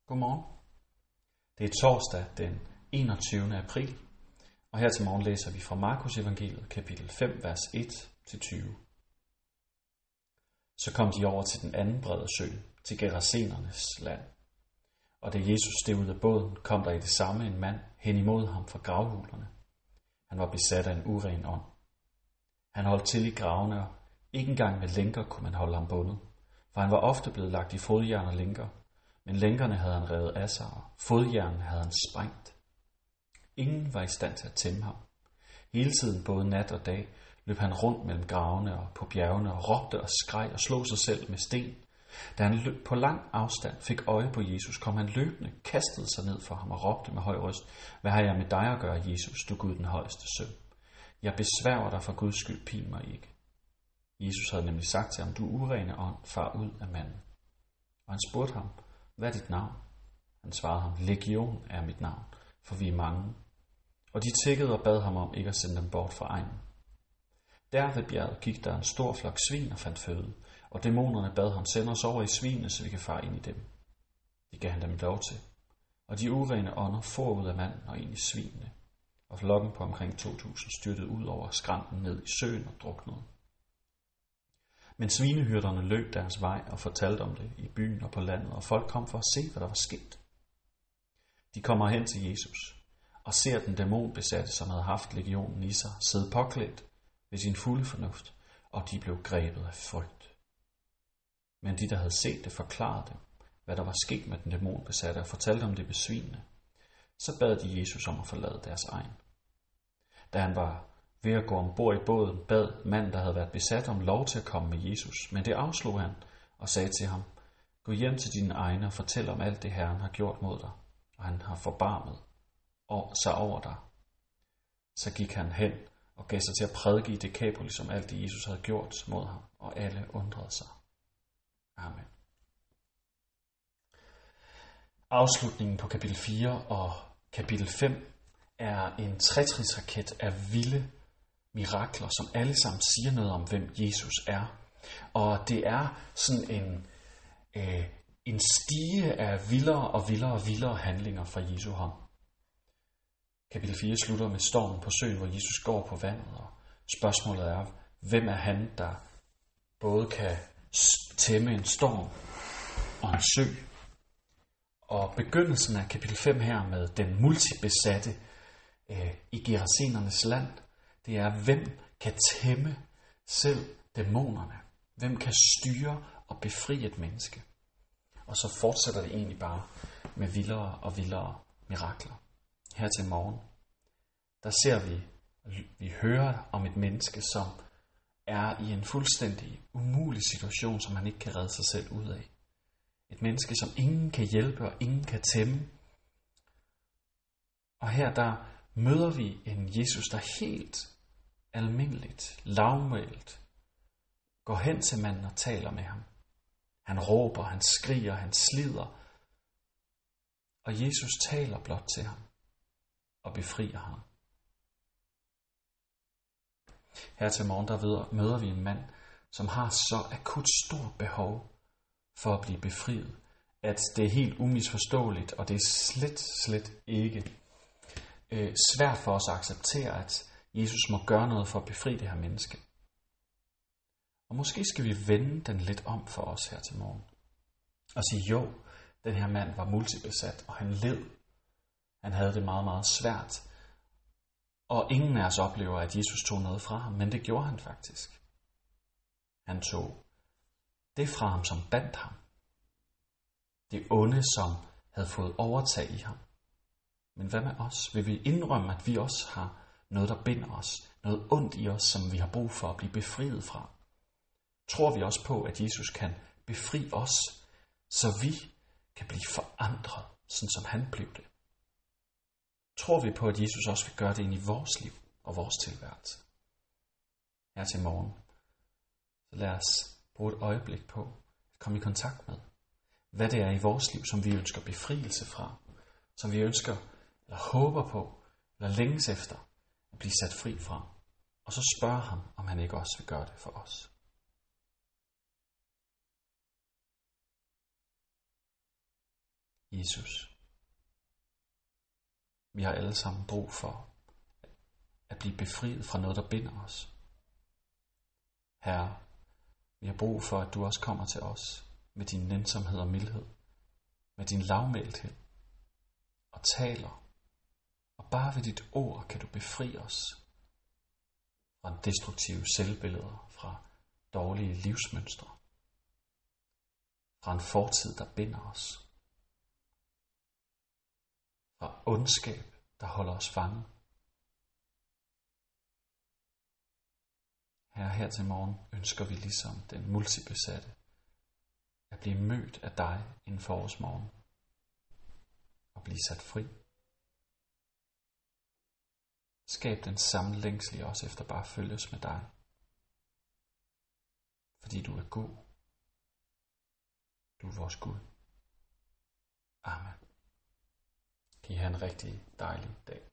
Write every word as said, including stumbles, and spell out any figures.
Godmorgen. Det er torsdag den enogtyvende april, og her til morgen læser vi fra Markus evangeliet, kapitel fem, vers et til tyve. Så kom de over til den anden brede sø, til Gerasenernes land. Og da Jesus steg ud af båden, kom der i det samme en mand hen imod ham fra gravhulerne. Han var besat af en uren ånd. Han holdt til i gravene, og ikke engang med lænker kunne man holde ham bundet, for han var ofte blevet lagt i fodjern og lænker. Men lænkerne havde han revet af sig, og fodjernen havde han sprængt. Ingen var i stand til at tæmme ham. Hele tiden, både nat og dag, løb han rundt mellem gravene og på bjergene og råbte og skreg og slog sig selv med sten. Da han løb på lang afstand fik øje på Jesus, kom han løbende, kastede sig ned for ham og råbte med høj røst: Hvad har jeg med dig at gøre, Jesus, du Gud den højeste søn? Jeg besværger dig for Guds skyld, pin mig ikke. Jesus havde nemlig sagt til ham: Du urene ånd, far ud af manden. Og han spurgte ham: Hvad er dit navn? Han svarede ham: Legion er mit navn, for vi er mange. Og de tiggede og bad ham om ikke at sende dem bort fra egnen. Der ved bjerget gik der en stor flok svin og fandt føde, og dæmonerne bad ham: Send os over i svinene, så vi kan fare ind i dem. Det gav han dem lov til. Og de urene ånder for ud af manden og ind i svinene, og flokken på omkring to tusind styrtede ud over skrænten ned i søen og druknede. Men svinehyrderne løb deres vej og fortalte om det i byen og på landet, og folk kom for at se, hvad der var sket. De kommer hen til Jesus og ser den dæmonbesatte, som havde haft legionen i sig, sidde påklædt ved sin fulde fornuft, og de blev grebet af frygt. Men de, der havde set det, forklarede dem, hvad der var sket med den dæmonbesatte, og fortalte om det ved svinene. Så bad de Jesus om at forlade deres egen. Da han var ved at gå ombord i båden, bad manden, der havde været besat, om lov til at komme med Jesus. Men det afslog han og sagde til ham: Gå hjem til dine egne og fortæl om alt det, Herren har gjort mod dig, og han har forbarmet sig over dig. Så gik han hen og gav sig til at prædike i Dekapolis om alt det, Jesus havde gjort mod ham, og alle undrede sig. Amen. Afslutningen på kapitel fire og kapitel fem er en tretrinsraket af vilde mirakler, som alle sammen siger noget om, hvem Jesus er. Og det er sådan en, øh, en stige af vildere og vildere og vildere handlinger fra Jesu hånd. Kapitel fire slutter med stormen på søen, hvor Jesus går på vandet, og spørgsmålet er, hvem er han, der både kan tæmme en storm og en sø. Og begyndelsen af kapitel fem her med den multibesatte øh, i Gerasenernes land, det er, hvem kan tæmme selv dæmonerne? Hvem kan styre og befri et menneske? Og så fortsætter det egentlig bare med vildere og vildere mirakler. Her til morgen, der ser vi, vi hører om et menneske, som er i en fuldstændig umulig situation, som han ikke kan redde sig selv ud af. Et menneske, som ingen kan hjælpe og ingen kan tæmme. Og her der møder vi en Jesus, der helt almindeligt, lavmælt går hen til manden og taler med ham. Han råber, han skriger, han slider. Og Jesus taler blot til ham og befrier ham. Her til morgen der møder vi en mand, som har så akut stort behov for at blive befriet, at det er helt umisforståeligt, og det er slet, slet ikke øh, svært for os at acceptere, at Jesus må gøre noget for at befri det her menneske. Og måske skal vi vende den lidt om for os her til morgen. Og sige, jo, den her mand var multibesat, og han led. Han havde det meget, meget svært. Og ingen af os oplever, at Jesus tog noget fra ham, men det gjorde han faktisk. Han tog det fra ham, som bandt ham. Det onde, som havde fået overtag i ham. Men hvad med os? Vil vi indrømme, at vi også har noget, der binder os? Noget ondt i os, som vi har brug for at blive befriet fra? Tror vi også på, at Jesus kan befri os, så vi kan blive forandret, sådan som han blev det? Tror vi på, at Jesus også vil gøre det ind i vores liv og vores tilværelse? Her til morgen, så lad os bruge et øjeblik på at komme i kontakt med, hvad det er i vores liv, som vi ønsker befrielse fra, som vi ønsker eller håber på, eller længes efter at blive sat fri fra, og så spørge ham, om han ikke også vil gøre det for os. Jesus. Vi har alle sammen brug for at blive befriet fra noget, der binder os. Herre, vi har brug for, at du også kommer til os med din nænsomhed og mildhed, med din lavmælthed, og taler. Og bare ved dit ord kan du befri os fra destruktive selvbilleder, fra dårlige livsmønstre, fra en fortid, der binder os, fra ondskab, der holder os fanget. Her, her til morgen ønsker vi ligesom den multibesatte at blive mødt af dig inden for vores morgen og blive sat fri. Skab den samme længsel i os efter bare at følges med dig, fordi du er god. Du er vores Gud. Amen. Giv jer en rigtig dejlig dag.